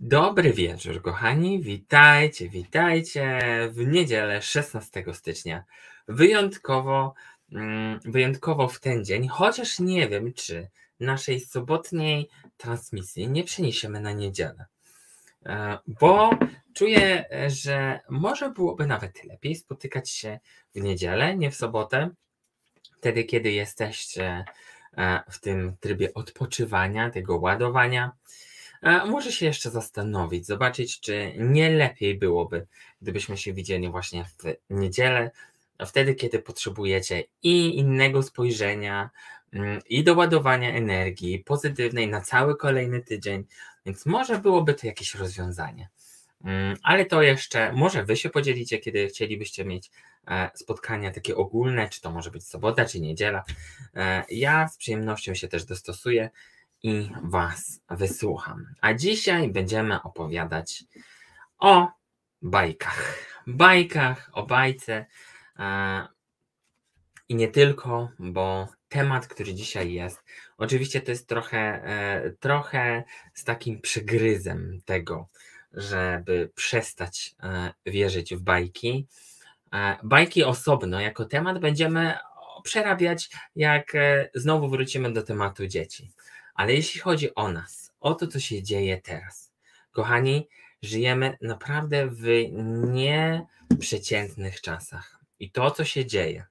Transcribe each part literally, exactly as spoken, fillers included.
Dobry wieczór, kochani. Witajcie, witajcie w niedzielę szesnastego stycznia. Wyjątkowo, mm, wyjątkowo w ten dzień, chociaż nie wiem, czy naszej sobotniej transmisji nie przeniesiemy na niedzielę. E, Bo czuję, e, że może byłoby nawet lepiej spotykać się w niedzielę, nie w sobotę, wtedy, kiedy jesteście e, w tym trybie odpoczywania, tego ładowania. E, Muszę się jeszcze zastanowić, zobaczyć, czy nie lepiej byłoby, gdybyśmy się widzieli właśnie w niedzielę, wtedy, kiedy potrzebujecie i innego spojrzenia, mm, i doładowania energii pozytywnej na cały kolejny tydzień, więc może byłoby to jakieś rozwiązanie. Mm, Ale to jeszcze, może wy się podzielicie, kiedy chcielibyście mieć e, spotkania takie ogólne, czy to może być sobota, czy niedziela. E, Ja z przyjemnością się też dostosuję i was wysłucham. A dzisiaj będziemy opowiadać o bajkach. Bajkach, o bajce e, i nie tylko, bo temat, który dzisiaj jest, oczywiście to jest trochę, e, trochę z takim przygryzem tego, żeby przestać e, wierzyć w bajki. E, Bajki osobno jako temat będziemy przerabiać, jak e, znowu wrócimy do tematu dzieci. Ale jeśli chodzi o nas, o to, co się dzieje teraz, kochani, żyjemy naprawdę w nieprzeciętnych czasach. I to, co się dzieje,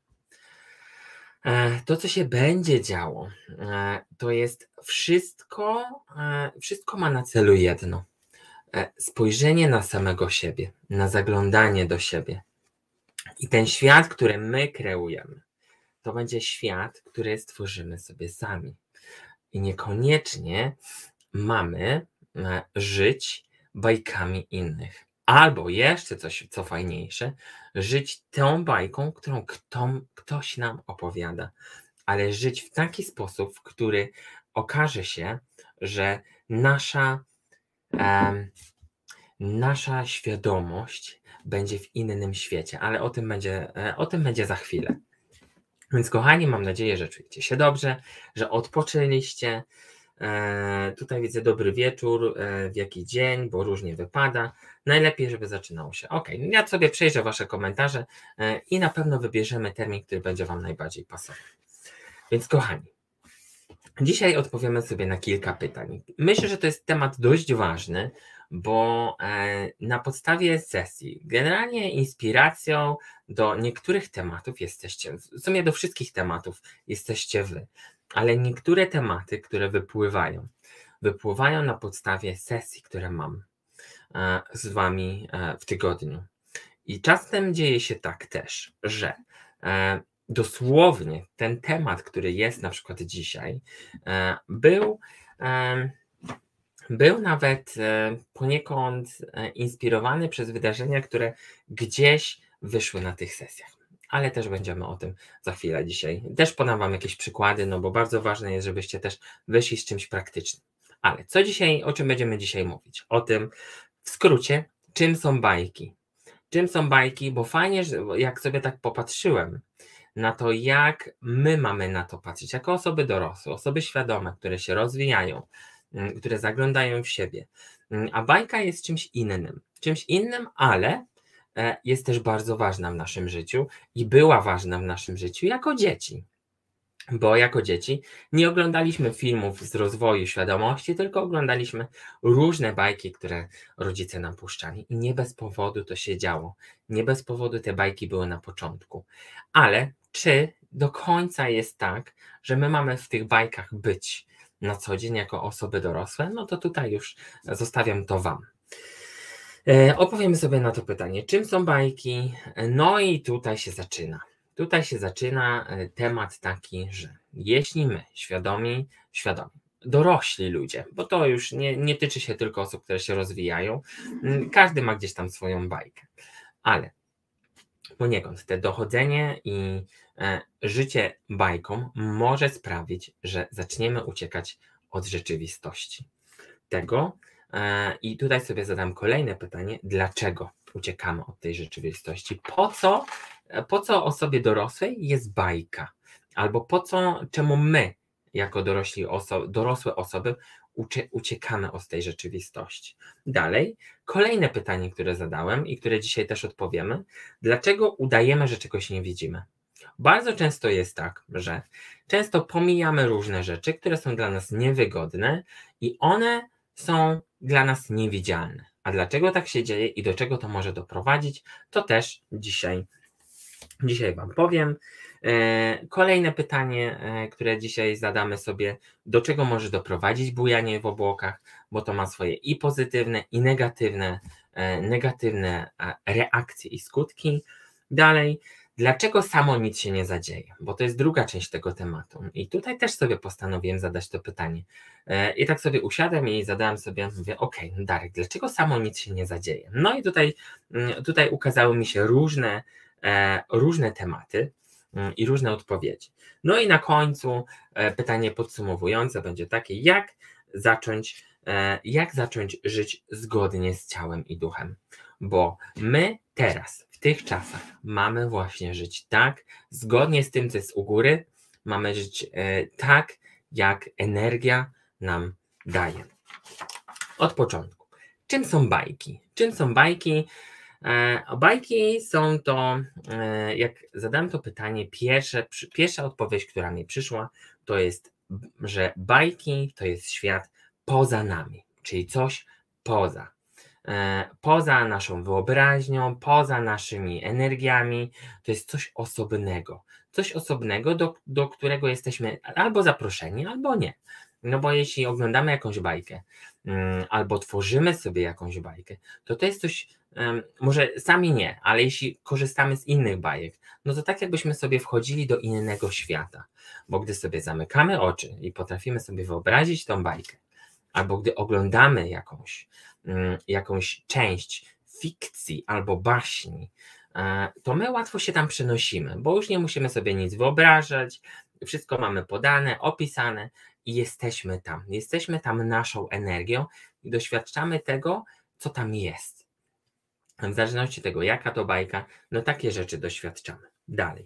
e, to, co się będzie działo, e, to jest wszystko, e, wszystko ma na celu jedno. E, Spojrzenie na samego siebie, na zaglądanie do siebie. I ten świat, który my kreujemy, to będzie świat, który stworzymy sobie sami. I niekoniecznie mamy e, żyć bajkami innych. Albo jeszcze coś, co fajniejsze, żyć tą bajką, którą kto, ktoś nam opowiada. Ale żyć w taki sposób, w który okaże się, że nasza, em, nasza świadomość będzie w innym świecie. Ale o tym będzie, e, o tym będzie za chwilę. Więc kochani, mam nadzieję, że czujecie się dobrze, że odpoczęliście. E, tutaj widzę dobry wieczór, e, w jaki dzień, bo różnie wypada. Najlepiej, żeby zaczynało się. Ok, ja sobie przejrzę wasze komentarze e, i na pewno wybierzemy termin, który będzie wam najbardziej pasował. Więc kochani, dzisiaj odpowiemy sobie na kilka pytań. Myślę, że to jest temat dość ważny, bo e, na podstawie sesji, generalnie inspiracją do niektórych tematów jesteście, w sumie do wszystkich tematów jesteście wy, ale niektóre tematy, które wypływają, wypływają na podstawie sesji, które mam e, z wami e, w tygodniu. I czasem dzieje się tak też, że e, dosłownie ten temat, który jest na przykład dzisiaj, e, był, e, był nawet e, poniekąd e, inspirowany przez wydarzenia, które gdzieś wyszły na tych sesjach. Ale też będziemy o tym za chwilę dzisiaj. Też podam wam jakieś przykłady, no bo bardzo ważne jest, żebyście też wyszli z czymś praktycznym. Ale co dzisiaj, o czym będziemy dzisiaj mówić? O tym w skrócie, czym są bajki. Czym są bajki, bo fajnie, że jak sobie tak popatrzyłem na to, jak my mamy na to patrzeć, jako osoby dorosłe, osoby świadome, które się rozwijają, mm, które zaglądają w siebie. Mm, A bajka jest czymś innym. Czymś innym, ale e, jest też bardzo ważna w naszym życiu i była ważna w naszym życiu jako dzieci. Bo jako dzieci nie oglądaliśmy filmów z rozwoju świadomości, tylko oglądaliśmy różne bajki, które rodzice nam puszczali. I nie bez powodu to się działo. Nie bez powodu te bajki były na początku. Ale czy do końca jest tak, że my mamy w tych bajkach być na co dzień jako osoby dorosłe? No to tutaj już zostawiam to wam. E, Opowiemy sobie na to pytanie, czym są bajki? No i tutaj się zaczyna. Tutaj się zaczyna e, temat taki, że jeśli my, świadomi, świadomi, dorośli ludzie, bo to już nie, nie tyczy się tylko osób, które się rozwijają, mm, każdy ma gdzieś tam swoją bajkę, ale poniekąd te dochodzenie i e, życie bajką może sprawić, że zaczniemy uciekać od rzeczywistości. Tego e, i tutaj sobie zadam kolejne pytanie, dlaczego uciekamy od tej rzeczywistości? Po co, po co osobie dorosłej jest bajka? Albo po co, czemu my jako dorośli oso- dorosłe osoby ucie- uciekamy od tej rzeczywistości. Dalej, kolejne pytanie, które zadałem i które dzisiaj też odpowiemy. Dlaczego udajemy, że czegoś nie widzimy? Bardzo często jest tak, że często pomijamy różne rzeczy, które są dla nas niewygodne i one są dla nas niewidzialne. A dlaczego tak się dzieje i do czego to może doprowadzić, to też dzisiaj, dzisiaj Wam powiem. Kolejne pytanie, które dzisiaj zadamy sobie, do czego może doprowadzić bujanie w obłokach, bo to ma swoje i pozytywne, i negatywne, negatywne reakcje i skutki. Dalej, dlaczego samo nic się nie zadzieje? Bo to jest druga część tego tematu. I tutaj też sobie postanowiłem zadać to pytanie. I tak sobie usiadłem i zadałem sobie, mówię, ok, Darek, dlaczego samo nic się nie zadzieje? No i tutaj, tutaj ukazały mi się różne, różne tematy i różne odpowiedzi. No i na końcu pytanie podsumowujące będzie takie, jak zacząć, jak zacząć żyć zgodnie z ciałem i duchem? Bo my teraz, w tych czasach, mamy właśnie żyć tak, zgodnie z tym, co jest u góry, mamy żyć tak, jak energia nam daje. Od początku. Czym są bajki? Czym są bajki? Bajki są to, jak zadałem to pytanie, pierwsze, pierwsza odpowiedź, która mi przyszła, to jest, że bajki to jest świat poza nami, czyli coś poza. Poza naszą wyobraźnią, poza naszymi energiami, to jest coś osobnego. Coś osobnego, do, do którego jesteśmy albo zaproszeni, albo nie. No bo jeśli oglądamy jakąś bajkę, albo tworzymy sobie jakąś bajkę, to to jest coś, może sami nie, ale jeśli korzystamy z innych bajek, no to tak jakbyśmy sobie wchodzili do innego świata, bo gdy sobie zamykamy oczy i potrafimy sobie wyobrazić tą bajkę, albo gdy oglądamy jakąś, jakąś część fikcji albo baśni, to my łatwo się tam przenosimy, bo już nie musimy sobie nic wyobrażać, wszystko mamy podane, opisane i jesteśmy tam. Jesteśmy tam naszą energią i doświadczamy tego, co tam jest. W zależności od tego, jaka to bajka, no takie rzeczy doświadczamy. Dalej.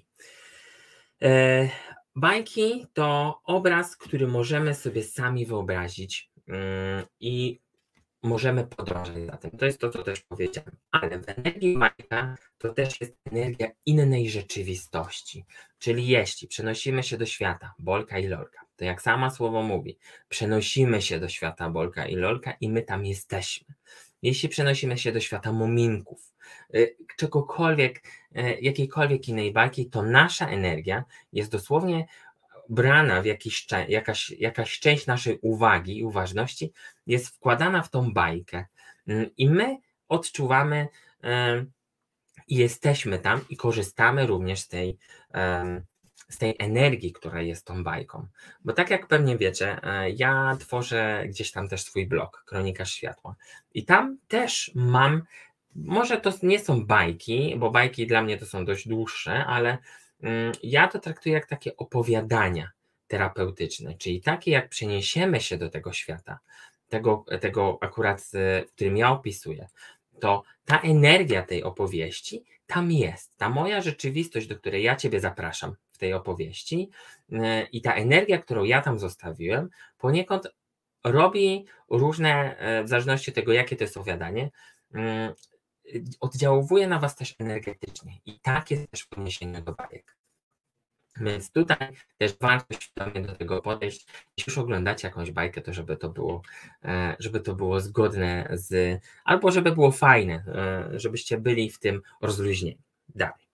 E, bajki to obraz, który możemy sobie sami wyobrazić yy, i możemy podążać za tym. To jest to, co też powiedziałem. Ale w energii bajka to też jest energia innej rzeczywistości. Czyli jeśli przenosimy się do świata Bolka i Lolka, to jak sama słowo mówi, przenosimy się do świata Bolka i Lolka i my tam jesteśmy. Jeśli przenosimy się do świata muminków, czegokolwiek, jakiejkolwiek innej bajki, to nasza energia jest dosłownie brana w jakiś, jakaś, jakaś część naszej uwagi i uważności jest wkładana w tą bajkę i my odczuwamy i jesteśmy tam i korzystamy również z tej, z tej energii, która jest tą bajką. Bo tak jak pewnie wiecie, ja tworzę gdzieś tam też swój blog, Kronikarz Światła i tam też mam, może to nie są bajki, bo bajki dla mnie to są dość dłuższe, ale ja to traktuję jak takie opowiadania terapeutyczne, czyli takie jak przeniesiemy się do tego świata, tego, tego akurat, w którym ja opisuję, to ta energia tej opowieści tam jest. Ta moja rzeczywistość, do której ja Ciebie zapraszam w tej opowieści i ta energia, którą ja tam zostawiłem, poniekąd robi różne, w zależności od tego, jakie to jest opowiadanie, oddziałuje na Was też energetycznie i tak jest też w odniesieniu do bajek. Więc tutaj też warto świadomie do tego podejść. Jeśli już oglądacie jakąś bajkę, to żeby to było, żeby to było zgodne z, albo żeby było fajne, żebyście byli w tym rozluźnieni. Dalej.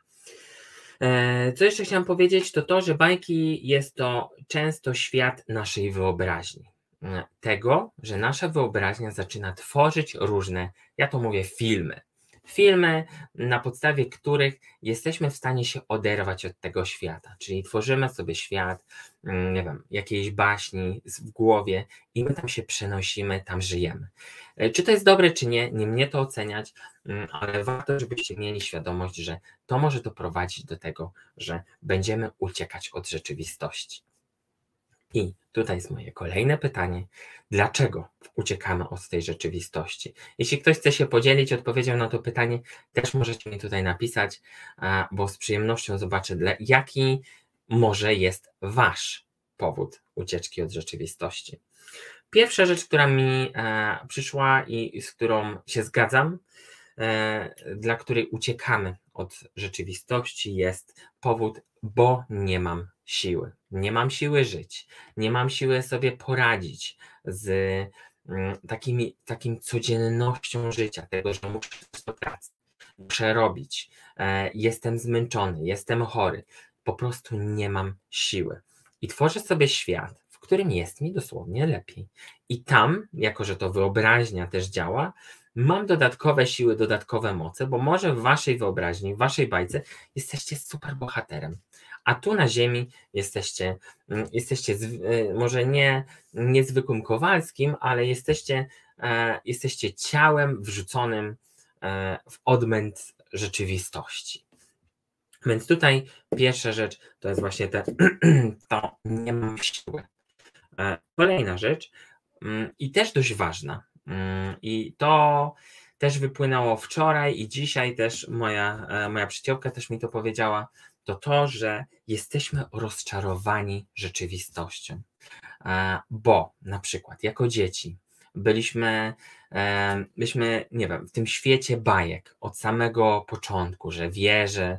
Co jeszcze chciałam powiedzieć, to to, że bajki jest to często świat naszej wyobraźni. Tego, że nasza wyobraźnia zaczyna tworzyć różne, ja to mówię, filmy. Filmy, na podstawie których jesteśmy w stanie się oderwać od tego świata, czyli tworzymy sobie świat, nie wiem, jakiejś baśni w głowie i my tam się przenosimy, tam żyjemy. Czy to jest dobre, czy nie, nie mnie to oceniać, ale warto, żebyście mieli świadomość, że to może doprowadzić do tego, że będziemy uciekać od rzeczywistości. I tutaj jest moje kolejne pytanie. Dlaczego uciekamy od tej rzeczywistości? Jeśli ktoś chce się podzielić odpowiedzią na to pytanie, też możecie mi tutaj napisać, bo z przyjemnością zobaczę, jaki może jest Wasz powód ucieczki od rzeczywistości. Pierwsza rzecz, która mi e, przyszła i z którą się zgadzam, e, dla której uciekamy od rzeczywistości, jest powód, bo nie mam siły. Nie mam siły żyć, nie mam siły sobie poradzić z mm, takimi, takim codziennością życia, tego, że muszę iść do pracy, muszę robić, e, jestem zmęczony, jestem chory, po prostu nie mam siły. I tworzę sobie świat, w którym jest mi dosłownie lepiej. I tam, jako że to wyobraźnia też działa, mam dodatkowe siły, dodatkowe moce, bo może w waszej wyobraźni, w waszej bajce jesteście super bohaterem, a tu na ziemi jesteście, jesteście może nie niezwykłym Kowalskim, ale jesteście, jesteście ciałem wrzuconym w odmęt rzeczywistości. Więc tutaj pierwsza rzecz to jest właśnie te, to nie mam siły. Kolejna rzecz i też dość ważna, i to też wypłynęło wczoraj i dzisiaj też moja, moja przyjaciółka też mi to powiedziała, to to, że jesteśmy rozczarowani rzeczywistością, bo na przykład jako dzieci byliśmy, byliśmy, nie wiem, w tym świecie bajek od samego początku, że wierzę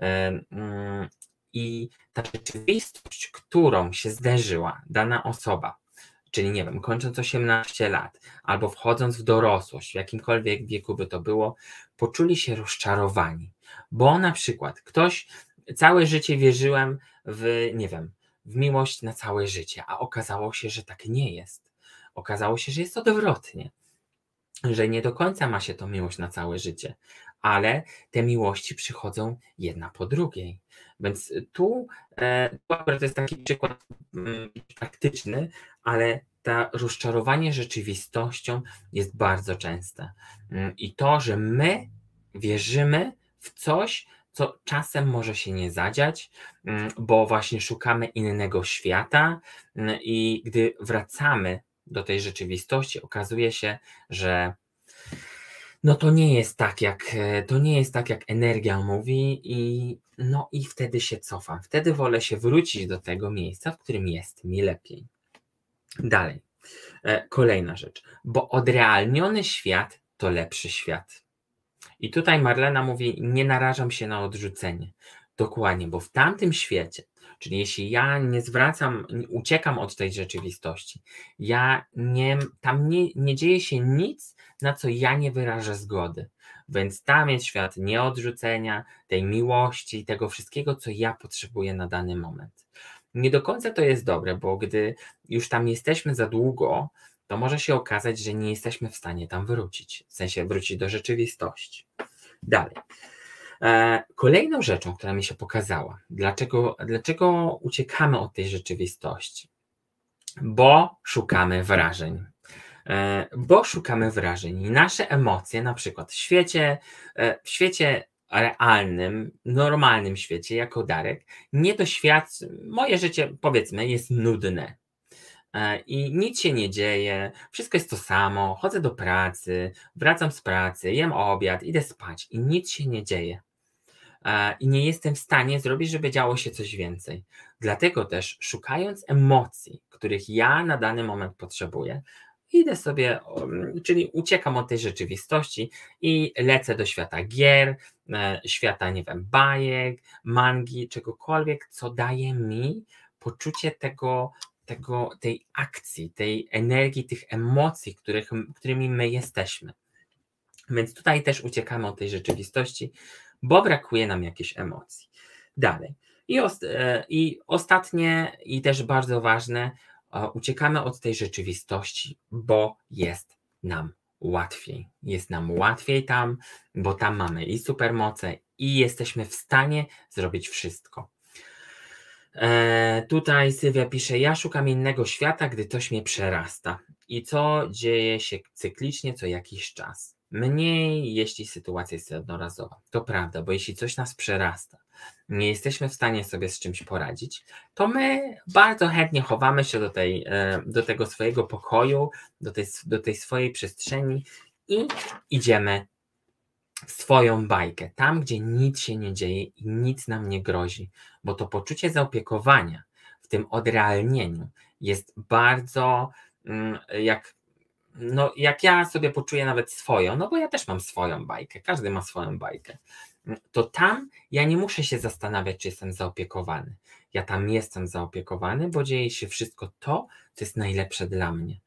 i ta rzeczywistość, którą się zderzyła dana osoba, czyli nie wiem, kończąc osiemnaście lat, albo wchodząc w dorosłość, w jakimkolwiek wieku by to było, poczuli się rozczarowani, bo na przykład ktoś, całe życie wierzyłem w, nie wiem, w miłość na całe życie, a okazało się, że tak nie jest. Okazało się, że jest odwrotnie, że nie do końca ma się to miłość na całe życie, ale te miłości przychodzą jedna po drugiej. Więc tu, tu akurat to jest taki przykład praktyczny, ale to rozczarowanie rzeczywistością jest bardzo częste. I to, że my wierzymy w coś, co czasem może się nie zadziać, bo właśnie szukamy innego świata i gdy wracamy do tej rzeczywistości, okazuje się, że no to nie jest tak, jak to nie jest tak, jak energia mówi, i no i wtedy się cofam. Wtedy wolę się wrócić do tego miejsca, w którym jest mi lepiej. Dalej. Kolejna rzecz, bo odrealniony świat to lepszy świat. I tutaj Marlena mówi, nie narażam się na odrzucenie. Dokładnie, bo w tamtym świecie, czyli jeśli ja nie zwracam, uciekam od tej rzeczywistości, ja nie, tam nie, nie dzieje się nic, na co ja nie wyrażę zgody. Więc tam jest świat nieodrzucenia, tej miłości, tego wszystkiego, co ja potrzebuję na dany moment. Nie do końca to jest dobre, bo gdy już tam jesteśmy za długo, to może się okazać, że nie jesteśmy w stanie tam wrócić, w sensie wrócić do rzeczywistości. Dalej. Kolejną rzeczą, która mi się pokazała, dlaczego, dlaczego uciekamy od tej rzeczywistości? Bo szukamy wrażeń. Bo szukamy wrażeń. I nasze emocje, na przykład w świecie, w świecie realnym, normalnym świecie, jako Darek, nie doświadczam, moje życie, powiedzmy, jest nudne. I nic się nie dzieje, wszystko jest to samo, chodzę do pracy, wracam z pracy, jem obiad, idę spać i nic się nie dzieje. I nie jestem w stanie zrobić, żeby działo się coś więcej. Dlatego też, szukając emocji, których ja na dany moment potrzebuję, idę sobie, czyli uciekam od tej rzeczywistości i lecę do świata gier, świata, nie wiem, bajek, mangi, czegokolwiek, co daje mi poczucie tego, tego, tej akcji, tej energii, tych emocji, których, którymi my jesteśmy. Więc tutaj też uciekamy od tej rzeczywistości, bo brakuje nam jakichś emocji. Dalej. I, ost i ostatnie, i też bardzo ważne, uciekamy od tej rzeczywistości, bo jest nam łatwiej. Jest nam łatwiej tam, bo tam mamy i supermoce, i jesteśmy w stanie zrobić wszystko. E, tutaj Sylwia pisze, ja szukam innego świata, gdy coś mnie przerasta. I co dzieje się cyklicznie co jakiś czas. Mniej, jeśli sytuacja jest jednorazowa. To prawda, bo jeśli coś nas przerasta, nie jesteśmy w stanie sobie z czymś poradzić, to my bardzo chętnie chowamy się do, tej, do tego swojego pokoju, do tej, do tej swojej przestrzeni i idziemy w swoją bajkę, tam gdzie nic się nie dzieje i nic nam nie grozi, bo to poczucie zaopiekowania w tym odrealnieniu jest bardzo, jak, no, jak ja sobie poczuję nawet swoją, no bo ja też mam swoją bajkę, każdy ma swoją bajkę, to tam ja nie muszę się zastanawiać, czy jestem zaopiekowany. Ja tam jestem zaopiekowany, bo dzieje się wszystko to, co jest najlepsze dla mnie.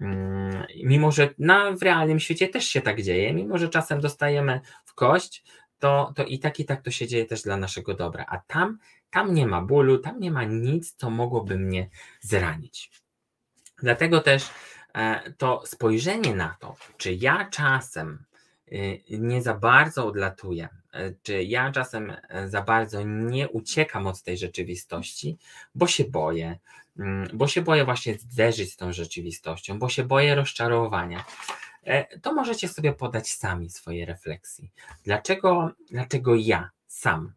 Mimo że na, w realnym świecie też się tak dzieje, mimo że czasem dostajemy w kość, to, to i tak, i tak to się dzieje też dla naszego dobra. A tam, tam nie ma bólu, tam nie ma nic, co mogłoby mnie zranić. Dlatego też to spojrzenie na to, czy ja czasem nie za bardzo odlatuję, czy ja czasem za bardzo nie uciekam od tej rzeczywistości, bo się boję, bo się boję właśnie zderzyć z tą rzeczywistością, bo się boję rozczarowania, to możecie sobie podać sami swoje refleksje. Dlaczego, dlaczego ja sam,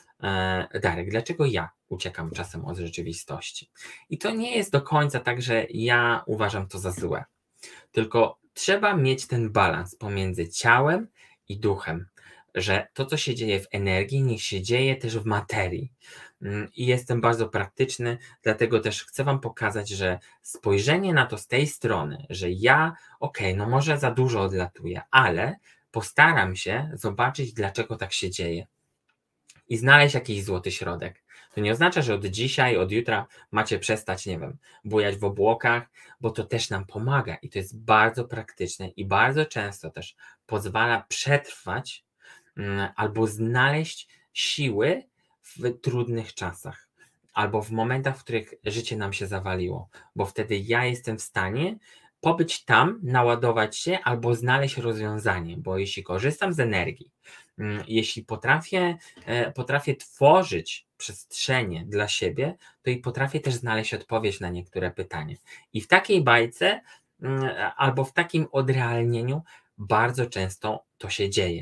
Darek, dlaczego ja uciekam czasem od rzeczywistości? I to nie jest do końca tak, że ja uważam to za złe, tylko trzeba mieć ten balans pomiędzy ciałem i duchem, że to, co się dzieje w energii, niech się dzieje też w materii. I jestem bardzo praktyczny, dlatego też chcę Wam pokazać, że spojrzenie na to z tej strony, że ja, okej, okay, no może za dużo odlatuję, ale postaram się zobaczyć, dlaczego tak się dzieje i znaleźć jakiś złoty środek. To nie oznacza, że od dzisiaj, od jutra macie przestać, nie wiem, bujać w obłokach, bo to też nam pomaga i to jest bardzo praktyczne i bardzo często też pozwala przetrwać mm, albo znaleźć siły w trudnych czasach albo w momentach, w których życie nam się zawaliło, bo wtedy ja jestem w stanie pobyć tam, naładować się albo znaleźć rozwiązanie, bo jeśli korzystam z energii, jeśli potrafię, potrafię tworzyć przestrzenie dla siebie, to i potrafię też znaleźć odpowiedź na niektóre pytania. I w takiej bajce albo w takim odrealnieniu bardzo często to się dzieje.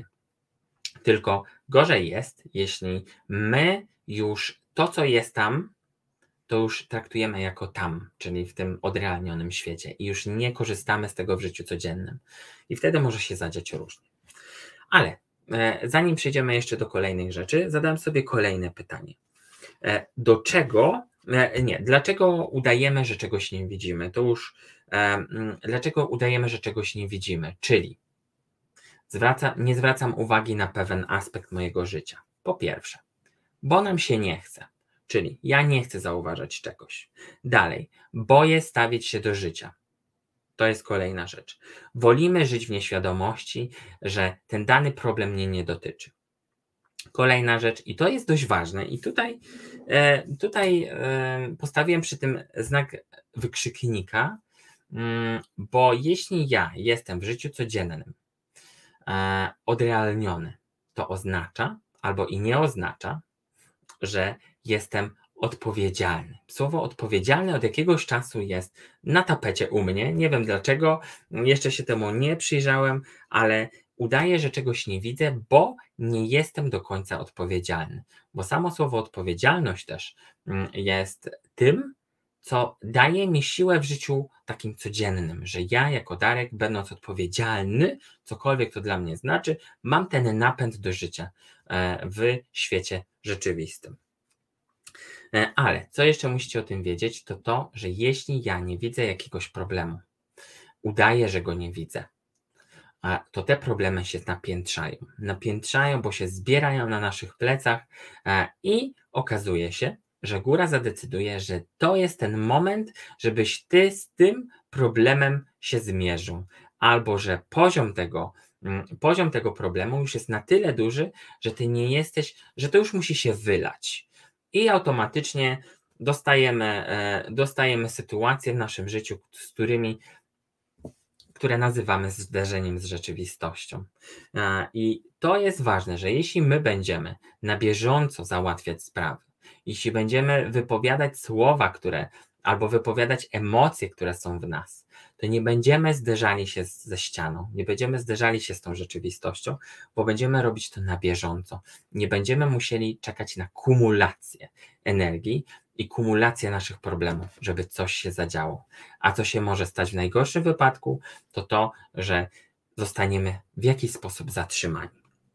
Tylko gorzej jest, jeśli my już to, co jest tam, to już traktujemy jako tam, czyli w tym odrealnionym świecie i już nie korzystamy z tego w życiu codziennym. I wtedy może się zadziać różnie. Ale e, zanim przejdziemy jeszcze do kolejnych rzeczy, zadam sobie kolejne pytanie. E, do czego, e, nie, dlaczego udajemy, że czegoś nie widzimy? To już, e, dlaczego udajemy, że czegoś nie widzimy? Czyli zwraca, nie zwracam uwagi na pewien aspekt mojego życia. Po pierwsze, bo nam się nie chce. Czyli ja nie chcę zauważać czegoś. Dalej, boję stawić się do życia. To jest kolejna rzecz. Wolimy żyć w nieświadomości, że ten dany problem mnie nie dotyczy. Kolejna rzecz, i to jest dość ważne, i tutaj, e, tutaj e, postawiłem przy tym znak wykrzyknika, mm, bo jeśli ja jestem w życiu codziennym e, odrealniony, to oznacza, albo i nie oznacza, że jestem odpowiedzialny. Słowo odpowiedzialny od jakiegoś czasu jest na tapecie u mnie. Nie wiem dlaczego, jeszcze się temu nie przyjrzałem, ale udaję, że czegoś nie widzę, bo nie jestem do końca odpowiedzialny. Bo samo słowo odpowiedzialność też jest tym, co daje mi siłę w życiu takim codziennym, że ja jako Darek, będąc odpowiedzialny, cokolwiek to dla mnie znaczy, mam ten napęd do życia w świecie rzeczywistym. Ale co jeszcze musicie o tym wiedzieć, to to, że jeśli ja nie widzę jakiegoś problemu, udaję, że go nie widzę, to te problemy się napiętrzają. Napiętrzają, bo się zbierają na naszych plecach i okazuje się, że góra zadecyduje, że to jest ten moment, żebyś ty z tym problemem się zmierzył. Albo że poziom tego, poziom tego problemu już jest na tyle duży, że ty nie jesteś, że to już musi się wylać. I automatycznie dostajemy, dostajemy sytuacje w naszym życiu, z którymi, które nazywamy zderzeniem z rzeczywistością. I to jest ważne, że jeśli my będziemy na bieżąco załatwiać sprawy, jeśli będziemy wypowiadać słowa, które, albo wypowiadać emocje, które są w nas, to nie będziemy zderzali się z, ze ścianą, nie będziemy zderzali się z tą rzeczywistością, bo będziemy robić to na bieżąco. Nie będziemy musieli czekać na kumulację energii i kumulację naszych problemów, żeby coś się zadziało. A co się może stać w najgorszym wypadku, to to, że zostaniemy w jakiś sposób zatrzymani.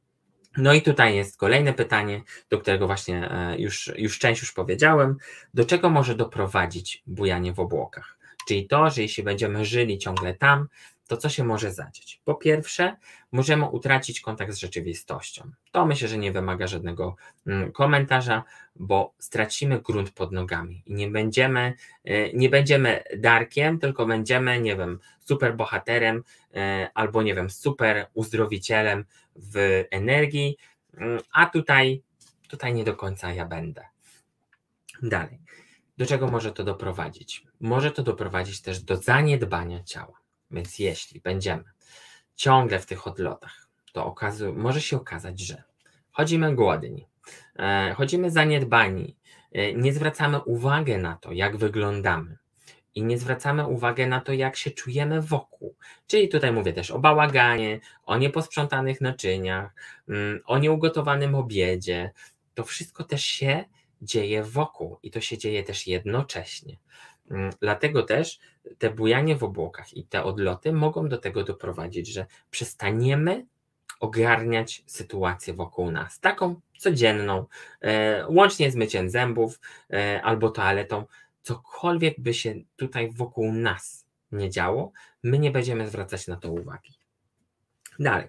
No i tutaj jest kolejne pytanie, do którego właśnie już, już część już powiedziałem. Do czego może doprowadzić bujanie w obłokach? Czyli to, że jeśli będziemy żyli ciągle tam, to co się może zadzieć? Po pierwsze, możemy utracić kontakt z rzeczywistością. To myślę, że nie wymaga żadnego komentarza, bo stracimy grunt pod nogami i nie będziemy, nie będziemy Darkiem, tylko będziemy, nie wiem, super bohaterem albo, nie wiem, super uzdrowicielem w energii, a tutaj, tutaj nie do końca ja będę. Dalej. Do czego może to doprowadzić? Może to doprowadzić też do zaniedbania ciała. Więc jeśli będziemy ciągle w tych odlotach, to okazu- może się okazać, że chodzimy głodni, e, chodzimy zaniedbani, e, nie zwracamy uwagi na to, jak wyglądamy i nie zwracamy uwagi na to, jak się czujemy wokół. Czyli tutaj mówię też o bałaganie, o nieposprzątanych naczyniach, mm, o nieugotowanym obiedzie. To wszystko też się dzieje wokół i to się dzieje też jednocześnie. Dlatego też te bujanie w obłokach i te odloty mogą do tego doprowadzić, że przestaniemy ogarniać sytuację wokół nas, taką codzienną, e, łącznie z myciem zębów e, albo toaletą, cokolwiek by się tutaj wokół nas nie działo, my nie będziemy zwracać na to uwagi. Dalej.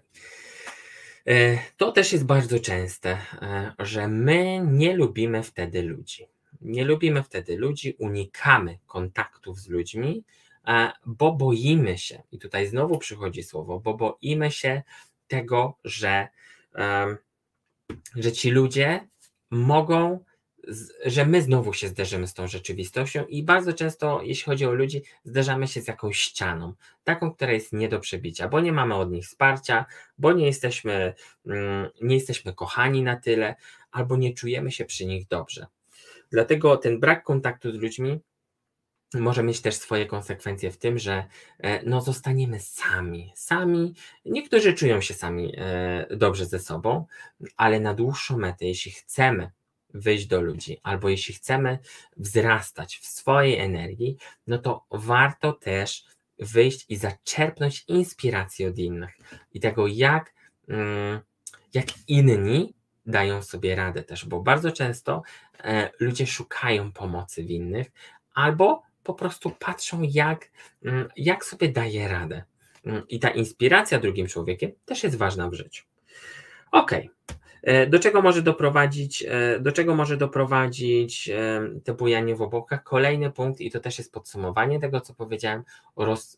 E, to też jest bardzo częste, e, że my nie lubimy wtedy ludzi. Nie lubimy wtedy ludzi, unikamy kontaktów z ludźmi, bo boimy się, i tutaj znowu przychodzi słowo, bo boimy się tego, że, że ci ludzie mogą, że my znowu się zderzymy z tą rzeczywistością i bardzo często, jeśli chodzi o ludzi, zderzamy się z jakąś ścianą, taką, która jest nie do przebicia, bo nie mamy od nich wsparcia, bo nie jesteśmy, nie jesteśmy kochani na tyle, albo nie czujemy się przy nich dobrze. Dlatego ten brak kontaktu z ludźmi może mieć też swoje konsekwencje w tym, że no, zostaniemy sami. Sami. Niektórzy czują się sami dobrze ze sobą, ale na dłuższą metę, jeśli chcemy wyjść do ludzi, albo jeśli chcemy wzrastać w swojej energii, no to warto też wyjść i zaczerpnąć inspiracji od innych i tego, jak, jak inni dają sobie radę też, bo bardzo często e, ludzie szukają pomocy w innych albo po prostu patrzą, jak, jak sobie daje radę. I ta inspiracja drugim człowiekiem też jest ważna w życiu. Okej. Okay. Do czego może doprowadzić, do czego może doprowadzić te bujanie w obłokach? Kolejny punkt, i to też jest podsumowanie tego, co powiedziałem, roz,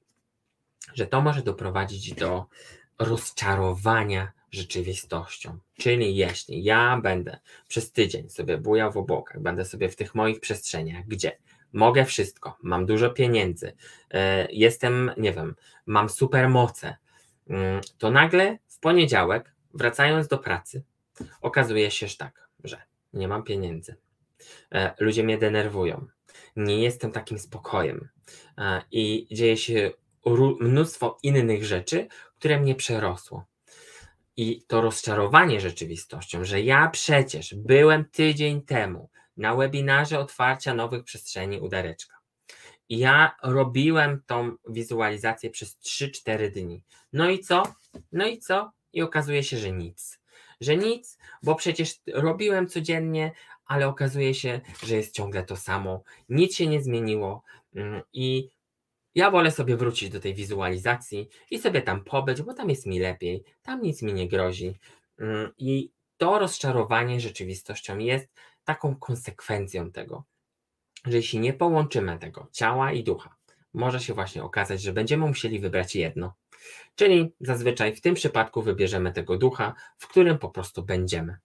że to może doprowadzić do rozczarowania rzeczywistością. Czyli jeśli ja będę przez tydzień sobie bujał w obłokach, będę sobie w tych moich przestrzeniach, gdzie mogę wszystko, mam dużo pieniędzy, jestem, nie wiem, mam super moce, to nagle w poniedziałek, wracając do pracy, okazuje się że tak, że nie mam pieniędzy, ludzie mnie denerwują, nie jestem takim spokojem i dzieje się mnóstwo innych rzeczy, które mnie przerosło. I to rozczarowanie rzeczywistością, że ja przecież byłem tydzień temu na webinarze otwarcia nowych przestrzeni u Dareczka. I ja robiłem tą wizualizację przez trzy cztery dni. No i co? No i co? I okazuje się, że nic. Że nic, bo przecież robiłem codziennie, ale okazuje się, że jest ciągle to samo. Nic się nie zmieniło i ja wolę sobie wrócić do tej wizualizacji i sobie tam pobyć, bo tam jest mi lepiej, tam nic mi nie grozi. I to rozczarowanie rzeczywistością jest taką konsekwencją tego, że jeśli nie połączymy tego ciała i ducha, może się właśnie okazać, że będziemy musieli wybrać jedno. Czyli zazwyczaj w tym przypadku wybierzemy tego ducha, w którym po prostu będziemy.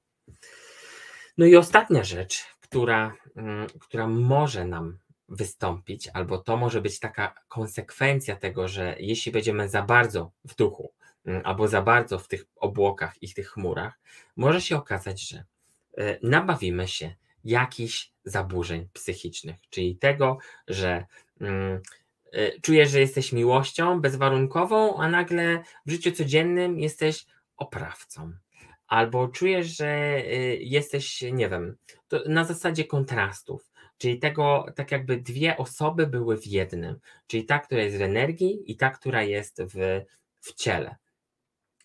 No i ostatnia rzecz, która, która może nam wystąpić, albo to może być taka konsekwencja tego, że jeśli będziemy za bardzo w duchu, albo za bardzo w tych obłokach i w tych chmurach, może się okazać, że nabawimy się jakichś zaburzeń psychicznych, czyli tego, że mm, czujesz, że jesteś miłością bezwarunkową, a nagle w życiu codziennym jesteś oprawcą. Albo czujesz, że jesteś, nie wiem, to na zasadzie kontrastów, czyli tego, tak jakby dwie osoby były w jednym, czyli ta, która jest w energii i ta, która jest w, w ciele.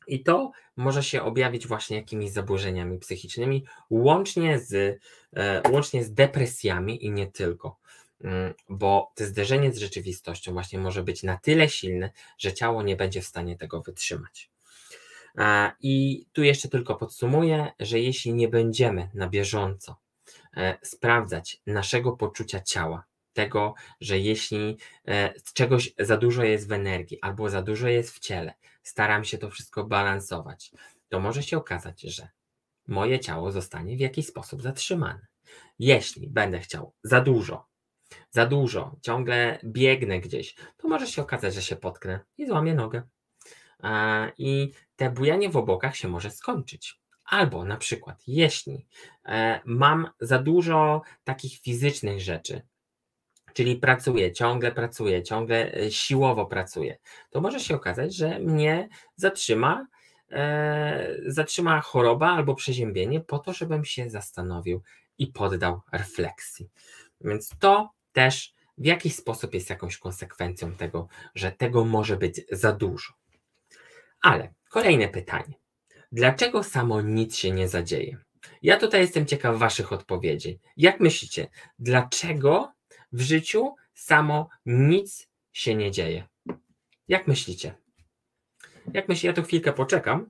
I to może się objawić właśnie jakimiś zaburzeniami psychicznymi, łącznie z, e, łącznie z depresjami i nie tylko. Mm, Bo to zderzenie z rzeczywistością właśnie może być na tyle silne, że ciało nie będzie w stanie tego wytrzymać. E, I tu jeszcze tylko podsumuję, że jeśli nie będziemy na bieżąco e, sprawdzać naszego poczucia ciała, tego, że jeśli e, z czegoś za dużo jest w energii albo za dużo jest w ciele, staram się to wszystko balansować, to może się okazać, że moje ciało zostanie w jakiś sposób zatrzymane. Jeśli będę chciał za dużo, za dużo, ciągle biegnę gdzieś, to może się okazać, że się potknę i złamię nogę. E, I te bujanie w obłokach się może skończyć. Albo na przykład, jeśli e, mam za dużo takich fizycznych rzeczy, czyli pracuję, ciągle pracuję, ciągle e, siłowo pracuję, to może się okazać, że mnie zatrzyma, e, zatrzyma choroba albo przeziębienie po to, żebym się zastanowił i poddał refleksji. Więc to też w jakiś sposób jest jakąś konsekwencją tego, że tego może być za dużo. Ale kolejne pytanie. Dlaczego samo nic się nie zadzieje? Ja tutaj jestem ciekaw waszych odpowiedzi. Jak myślicie, dlaczego w życiu samo nic się nie dzieje? Jak myślicie? Jak myślicie? Ja tu chwilkę poczekam,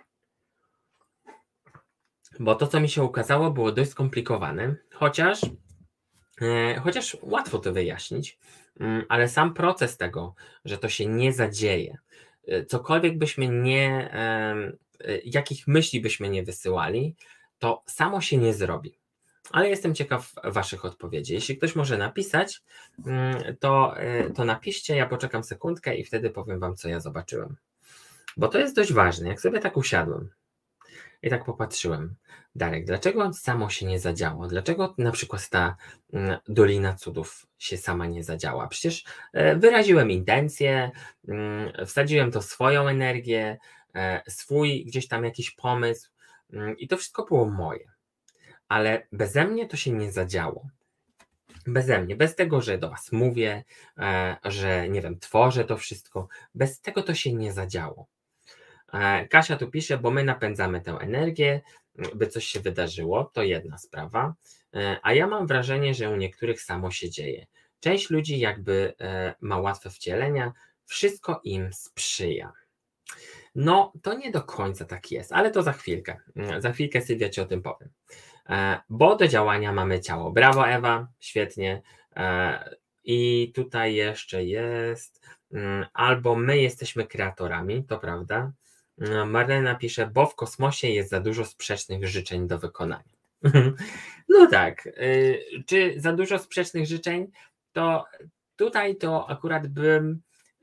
bo to, co mi się ukazało, było dość skomplikowane, chociaż, e, chociaż łatwo to wyjaśnić, mm, ale sam proces tego, że to się nie zadzieje, e, cokolwiek byśmy nie, em, e, jakich myśli byśmy nie wysyłali, to samo się nie zrobi. Ale jestem ciekaw waszych odpowiedzi. Jeśli ktoś może napisać, mm, to, e, to napiszcie, ja poczekam sekundkę i wtedy powiem wam, co ja zobaczyłem. Bo to jest dość ważne. Jak sobie tak usiadłem i tak popatrzyłem, Darek, dlaczego samo się nie zadziało? Dlaczego na przykład ta mm, Dolina Cudów się sama nie zadziała? Przecież e, wyraziłem intencje, mm, wsadziłem to swoją energię, e, swój gdzieś tam jakiś pomysł mm, i to wszystko było moje. Ale beze mnie to się nie zadziało. Beze mnie, bez tego, że do was mówię, e, że nie wiem, tworzę to wszystko, bez tego to się nie zadziało. E, Kasia tu pisze, bo my napędzamy tę energię, by coś się wydarzyło, to jedna sprawa, e, a ja mam wrażenie, że u niektórych samo się dzieje. Część ludzi jakby e, ma łatwe wcielenia, wszystko im sprzyja. No, to nie do końca tak jest, ale to za chwilkę. Za chwilkę, Sylwia, ci o tym powiem. E, Bo do działania mamy ciało. Brawo, Ewa, świetnie. E, I tutaj jeszcze jest, mm, albo my jesteśmy kreatorami, to prawda. Mm, Marlena pisze, bo w kosmosie jest za dużo sprzecznych życzeń do wykonania. No tak, y, czy za dużo sprzecznych życzeń, to tutaj to akurat bym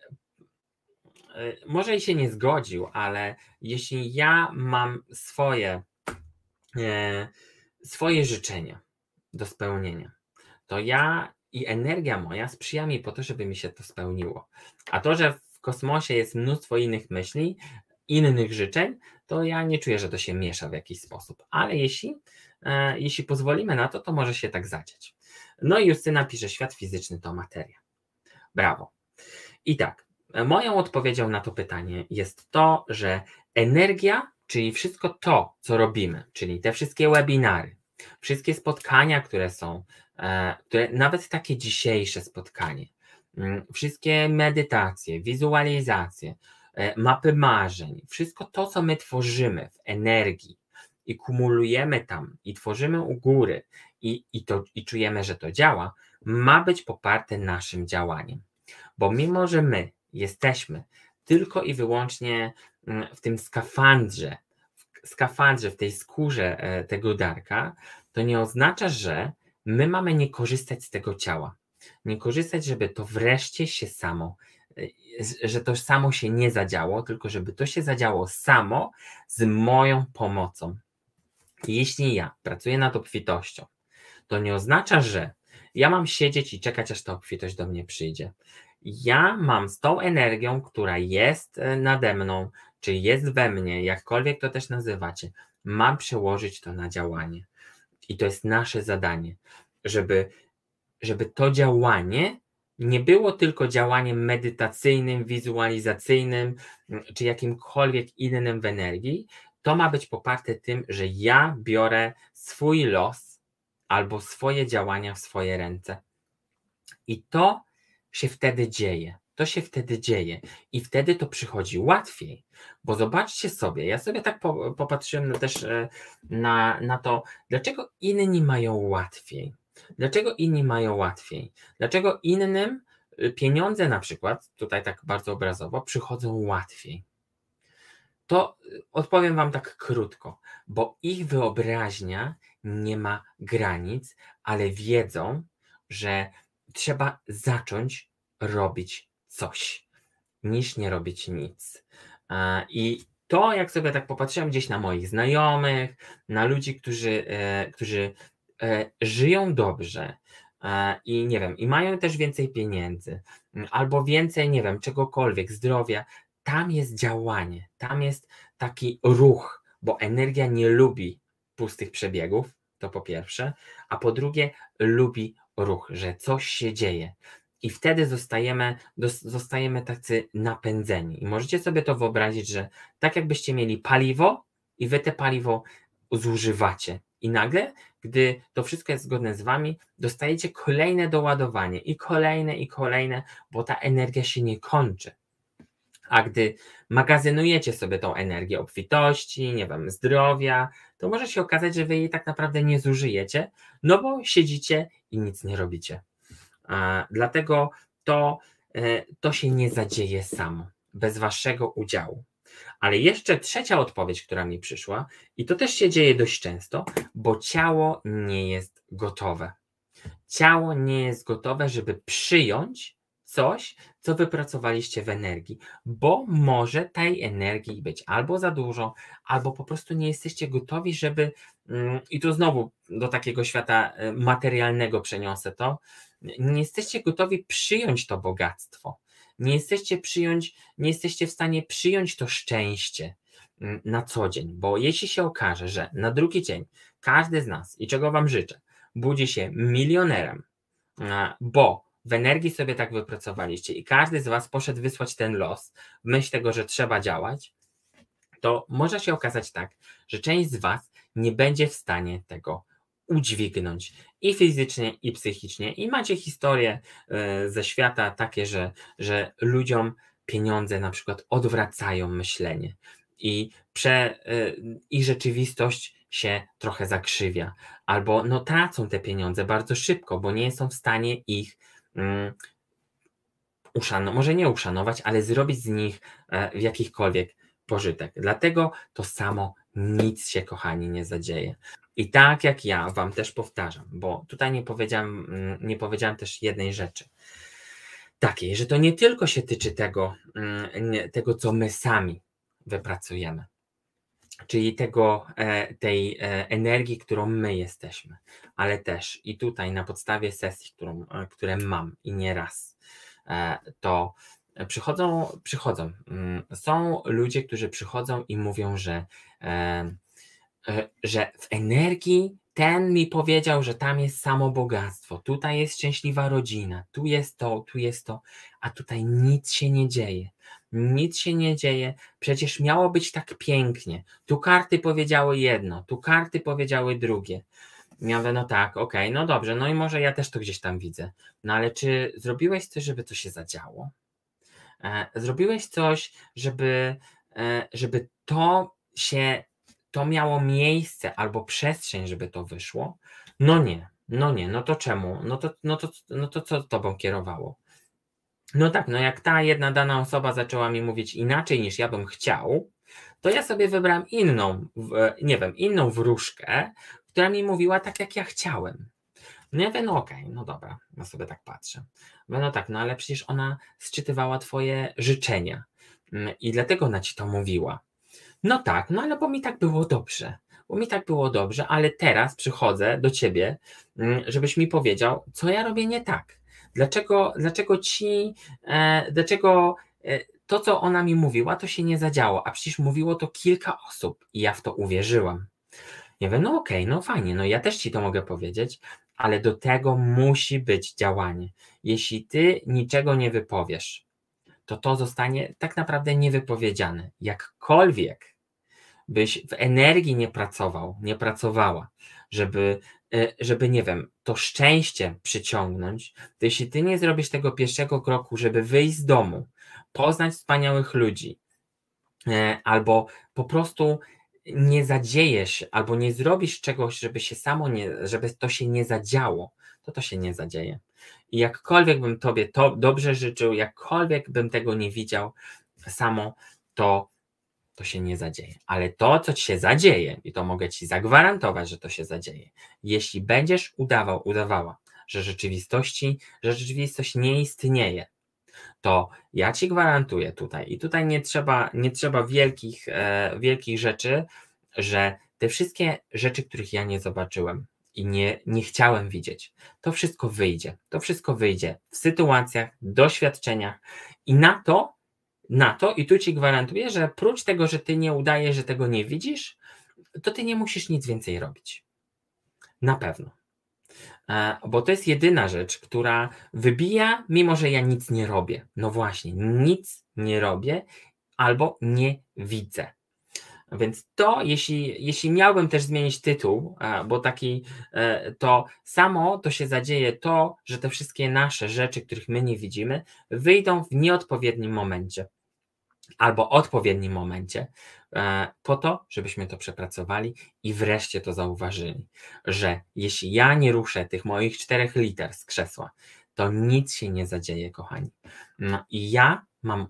y, może i się nie zgodził, ale jeśli ja mam swoje e, swoje życzenia do spełnienia, to ja i energia moja sprzyja mi po to, żeby mi się to spełniło. A to, że w kosmosie jest mnóstwo innych myśli, innych życzeń, to ja nie czuję, że to się miesza w jakiś sposób. Ale jeśli, e, jeśli pozwolimy na to, to może się tak zadziać. No i Justyna pisze, świat fizyczny to materia. Brawo. I tak, moją odpowiedzią na to pytanie jest to, że energia, czyli wszystko to, co robimy, czyli te wszystkie webinary, wszystkie spotkania, które są, e, które, nawet takie dzisiejsze spotkanie, mm, wszystkie medytacje, wizualizacje, e, mapy marzeń, wszystko to, co my tworzymy w energii i kumulujemy tam i tworzymy u góry i, i, to, i czujemy, że to działa, ma być poparte naszym działaniem. Bo mimo, że my jesteśmy tylko i wyłącznie w tym skafandrze, w skafandrze, w tej skórze e, tego Darka, to nie oznacza, że my mamy nie korzystać z tego ciała. Nie korzystać, żeby to wreszcie się samo, e, że to samo się nie zadziało, tylko żeby to się zadziało samo z moją pomocą. Jeśli ja pracuję nad obfitością, to nie oznacza, że ja mam siedzieć i czekać, aż ta obfitość do mnie przyjdzie. Ja mam z tą energią, która jest nade mną, czy jest we mnie, jakkolwiek to też nazywacie, mam przełożyć to na działanie. I to jest nasze zadanie, żeby, żeby to działanie nie było tylko działaniem medytacyjnym, wizualizacyjnym, czy jakimkolwiek innym w energii. To ma być poparte tym, że ja biorę swój los albo swoje działania w swoje ręce. I to się wtedy dzieje. To się wtedy dzieje. I wtedy to przychodzi łatwiej. Bo zobaczcie sobie, ja sobie tak po, popatrzyłem też na, na to, dlaczego inni mają łatwiej. Dlaczego inni mają łatwiej? Dlaczego innym pieniądze na przykład, tutaj tak bardzo obrazowo, przychodzą łatwiej? To odpowiem wam tak krótko, bo ich wyobraźnia nie ma granic, ale wiedzą, że trzeba zacząć robić coś, niż nie robić nic. I to, jak sobie tak popatrzyłem gdzieś na moich znajomych, na ludzi, którzy, którzy żyją dobrze i nie wiem, i mają też więcej pieniędzy, albo więcej, nie wiem, czegokolwiek, zdrowia, tam jest działanie, tam jest taki ruch, bo energia nie lubi pustych przebiegów, to po pierwsze, a po drugie lubi ruch, że coś się dzieje. I wtedy zostajemy, zostajemy tacy napędzeni. I możecie sobie to wyobrazić, że tak jakbyście mieli paliwo i wy te paliwo zużywacie. I nagle, gdy to wszystko jest zgodne z wami, dostajecie kolejne doładowanie i kolejne i kolejne, bo ta energia się nie kończy. A gdy magazynujecie sobie tą energię obfitości, nie wiem, zdrowia, to może się okazać, że wy jej tak naprawdę nie zużyjecie, no bo siedzicie i nic nie robicie. A, dlatego to, to się nie zadzieje samo, bez waszego udziału. Ale jeszcze trzecia odpowiedź, która mi przyszła, i to też się dzieje dość często, bo ciało nie jest gotowe. Ciało nie jest gotowe, żeby przyjąć coś, co wypracowaliście w energii, bo może tej energii być albo za dużo, albo po prostu nie jesteście gotowi, żeby, i tu znowu do takiego świata materialnego przeniosę to, nie jesteście gotowi przyjąć to bogactwo, nie jesteście przyjąć, nie jesteście w stanie przyjąć to szczęście na co dzień, bo jeśli się okaże, że na drugi dzień każdy z nas, i czego wam życzę, budzi się milionerem, bo w energii sobie tak wypracowaliście i każdy z was poszedł wysłać ten los w myśl tego, że trzeba działać, to może się okazać tak, że część z was nie będzie w stanie tego udźwignąć i fizycznie, i psychicznie. I macie historie ze świata takie, że, że ludziom pieniądze na przykład odwracają myślenie i prze, ich rzeczywistość się trochę zakrzywia, albo no tracą te pieniądze bardzo szybko, bo nie są w stanie ich um, uszanować, może nie uszanować, ale zrobić z nich e, w jakichkolwiek pożytek. Dlatego to samo nic się, kochani, nie zadzieje. I tak jak ja wam też powtarzam, bo tutaj nie powiedziałem, nie powiedziałem też jednej rzeczy, takiej, że to nie tylko się tyczy tego, tego co my sami wypracujemy, czyli tego, tej energii, którą my jesteśmy, ale też i tutaj na podstawie sesji, którą, które mam i nie raz, to przychodzą, przychodzą, są ludzie, którzy przychodzą i mówią, że, że w energii ten mi powiedział, że tam jest samo bogactwo, tutaj jest szczęśliwa rodzina, tu jest to, tu jest to, a tutaj nic się nie dzieje. Nic się nie dzieje, przecież miało być tak pięknie. Tu karty powiedziały jedno, tu karty powiedziały drugie. Ja mówię, no tak, okej, okay, no dobrze, no i może ja też to gdzieś tam widzę. No ale czy zrobiłeś coś, żeby to się zadziało? E, zrobiłeś coś, żeby, e, żeby to się, to miało miejsce albo przestrzeń, żeby to wyszło? No nie, no nie, no to czemu? No to, no to, no to co tobą kierowało? No tak, no jak ta jedna dana osoba zaczęła mi mówić inaczej niż ja bym chciał, to ja sobie wybrałem inną, nie wiem, inną wróżkę, która mi mówiła tak, jak ja chciałem. No ja wiem, no okej, okay, no dobra, ja sobie tak patrzę. Mówię, no tak, no ale przecież ona sczytywała twoje życzenia i dlatego ona ci to mówiła. No tak, no ale bo mi tak było dobrze, bo mi tak było dobrze, ale teraz przychodzę do ciebie, żebyś mi powiedział, co ja robię nie tak. Dlaczego, dlaczego ci, e, dlaczego e, to, co ona mi mówiła, to się nie zadziało, a przecież mówiło to kilka osób i ja w to uwierzyłam. Ja mówię, no okej, okay, no fajnie, no ja też ci to mogę powiedzieć, ale do tego musi być działanie. Jeśli ty niczego nie wypowiesz, to to zostanie tak naprawdę niewypowiedziane. Jakkolwiek byś w energii nie pracował, nie pracowała, żeby, żeby, nie wiem, to szczęście przyciągnąć, to jeśli ty nie zrobisz tego pierwszego kroku, żeby wyjść z domu, poznać wspaniałych ludzi, albo po prostu nie zadziejesz, albo nie zrobisz czegoś, żeby się samo nie, żeby to się nie zadziało, to to się nie zadzieje. I jakkolwiek bym tobie to dobrze życzył, jakkolwiek bym tego nie widział samo, to to się nie zadzieje. Ale to, co ci się zadzieje, i to mogę ci zagwarantować, że to się zadzieje, jeśli będziesz udawał, udawała, że rzeczywistości, że rzeczywistość nie istnieje, to ja ci gwarantuję tutaj, i tutaj nie trzeba, nie trzeba wielkich, e, wielkich rzeczy, że te wszystkie rzeczy, których ja nie zobaczyłem i nie, nie chciałem widzieć, to wszystko wyjdzie. To wszystko wyjdzie w sytuacjach, doświadczeniach i na to, na to, i tu ci gwarantuję, że prócz tego, że ty nie udajesz, że tego nie widzisz, to ty nie musisz nic więcej robić. Na pewno. Bo to jest jedyna rzecz, która wybija, mimo że ja nic nie robię. No właśnie, nic nie robię albo nie widzę. Więc to, jeśli, jeśli miałbym też zmienić tytuł, bo taki, to samo to się zadzieje to, że te wszystkie nasze rzeczy, których my nie widzimy, wyjdą w nieodpowiednim momencie albo odpowiednim momencie, po to, żebyśmy to przepracowali i wreszcie to zauważyli, że jeśli ja nie ruszę tych moich czterech liter z krzesła, to nic się nie zadzieje, kochani. No i ja mam,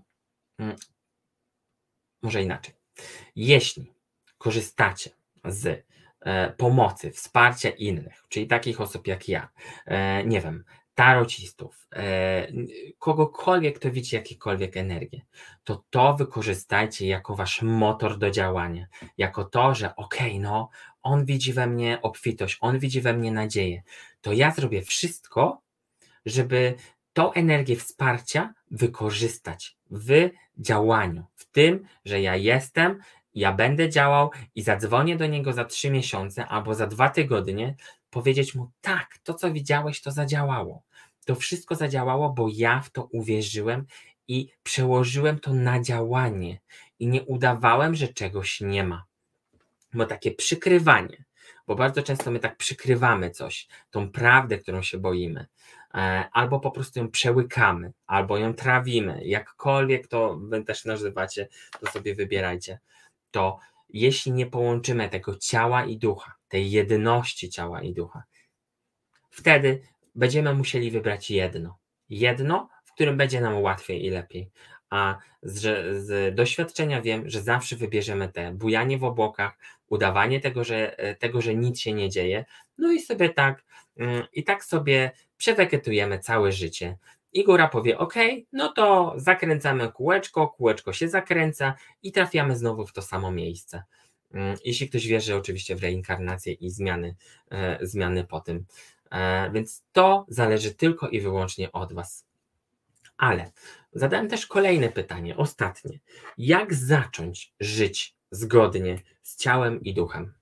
może inaczej, jeśli korzystacie z pomocy, wsparcia innych, czyli takich osób jak ja, nie wiem, tarocistów, kogokolwiek, kto widzi jakiekolwiek energię, to to wykorzystajcie jako wasz motor do działania, jako to, że okej, okay, no, on widzi we mnie obfitość, on widzi we mnie nadzieję, to ja zrobię wszystko, żeby tą energię wsparcia wykorzystać w działaniu, w tym, że ja jestem, ja będę działał i zadzwonię do niego za trzy miesiące albo za dwa tygodnie, powiedzieć mu, tak, to co widziałeś, to zadziałało. To wszystko zadziałało, bo ja w to uwierzyłem i przełożyłem to na działanie i nie udawałem, że czegoś nie ma. Bo takie przykrywanie, bo bardzo często my tak przykrywamy coś, tą prawdę, którą się boimy, albo po prostu ją przełykamy, albo ją trawimy, jakkolwiek to wy też nazywacie, to sobie wybierajcie. To jeśli nie połączymy tego ciała i ducha, tej jedności ciała i ducha, wtedy będziemy musieli wybrać jedno. Jedno, w którym będzie nam łatwiej i lepiej. A z, z doświadczenia wiem, że zawsze wybierzemy te bujanie w obłokach, udawanie tego, że, tego, że nic się nie dzieje, no i sobie tak, i tak sobie przeweketujemy całe życie. I góra powie, ok, no to zakręcamy kółeczko, kółeczko się zakręca i trafiamy znowu w to samo miejsce. Jeśli ktoś wierzy oczywiście w reinkarnację i zmiany, zmiany po tym. Więc to zależy tylko i wyłącznie od was. Ale zadałem też kolejne pytanie, ostatnie. Jak zacząć żyć zgodnie z ciałem i duchem?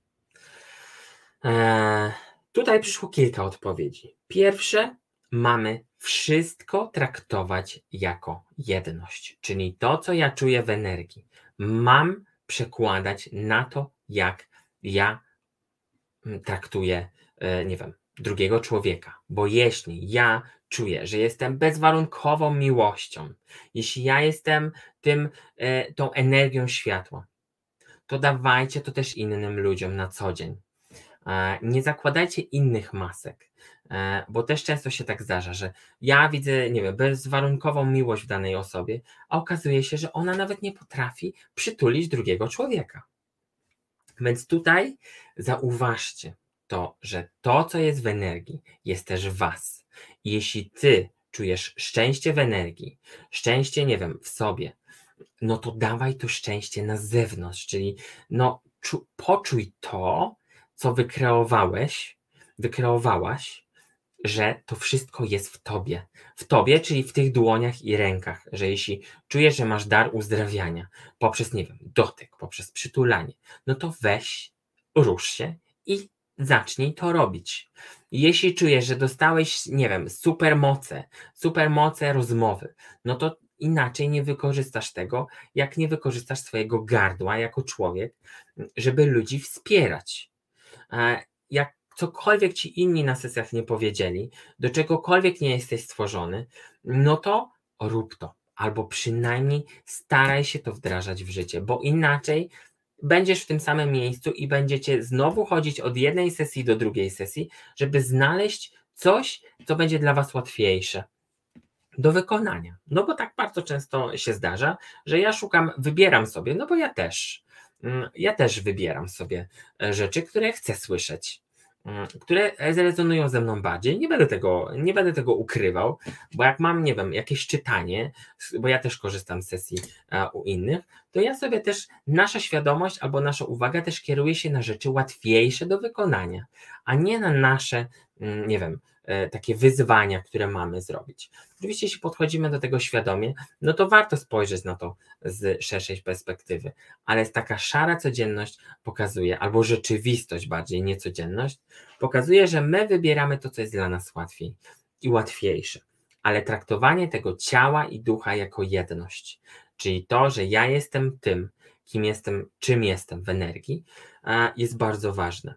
Eee, tutaj przyszło kilka odpowiedzi. Pierwsze, mamy wszystko traktować jako jedność, czyli to, co ja czuję w energii, mam przekładać na to, jak ja traktuję, nie wiem, drugiego człowieka, bo jeśli ja czuję, że jestem bezwarunkową miłością, jeśli ja jestem tym, tą energią światła, to dawajcie to też innym ludziom na co dzień. Nie zakładajcie innych masek, bo też często się tak zdarza, że ja widzę, nie wiem, bezwarunkową miłość w danej osobie, a okazuje się, że ona nawet nie potrafi przytulić drugiego człowieka. Więc tutaj zauważcie to, że to, co jest w energii, jest też w was. I jeśli ty czujesz szczęście w energii, szczęście, nie wiem, w sobie, no to dawaj to szczęście na zewnątrz, czyli no czu, poczuj to, co wykreowałeś, wykreowałaś, że to wszystko jest w tobie. W tobie, czyli w tych dłoniach i rękach, że jeśli czujesz, że masz dar uzdrawiania poprzez, nie wiem, dotyk, poprzez przytulanie, no to weź, rusz się i zacznij to robić. Jeśli czujesz, że dostałeś, nie wiem, supermoce, supermoce rozmowy, no to inaczej nie wykorzystasz tego, jak nie wykorzystasz swojego gardła jako człowiek, żeby ludzi wspierać. E, Jak cokolwiek ci inni na sesjach nie powiedzieli, do czegokolwiek nie jesteś stworzony, no to rób to. Albo przynajmniej staraj się to wdrażać w życie, bo inaczej będziesz w tym samym miejscu i będziecie znowu chodzić od jednej sesji do drugiej sesji, żeby znaleźć coś, co będzie dla was łatwiejsze do wykonania. No bo tak bardzo często się zdarza, że ja szukam, wybieram sobie, no bo ja też, mm, ja też wybieram sobie e, rzeczy, które chcę słyszeć, mm, które zrezonują ze mną bardziej. Nie będę tego, nie będę tego ukrywał, bo jak mam, nie wiem, jakieś czytanie, bo ja też korzystam z sesji e, u innych, to ja sobie też, nasza świadomość albo nasza uwaga też kieruje się na rzeczy łatwiejsze do wykonania, a nie na nasze, mm, nie wiem, e, takie wyzwania, które mamy zrobić. Oczywiście, jeśli podchodzimy do tego świadomie, no to warto spojrzeć na to z szerszej perspektywy, ale taka szara codzienność pokazuje, albo rzeczywistość bardziej, nie codzienność, pokazuje, że my wybieramy to, co jest dla nas łatwiej i łatwiejsze, ale traktowanie tego ciała i ducha jako jedność, czyli to, że ja jestem tym, kim jestem, czym jestem w energii, jest bardzo ważne.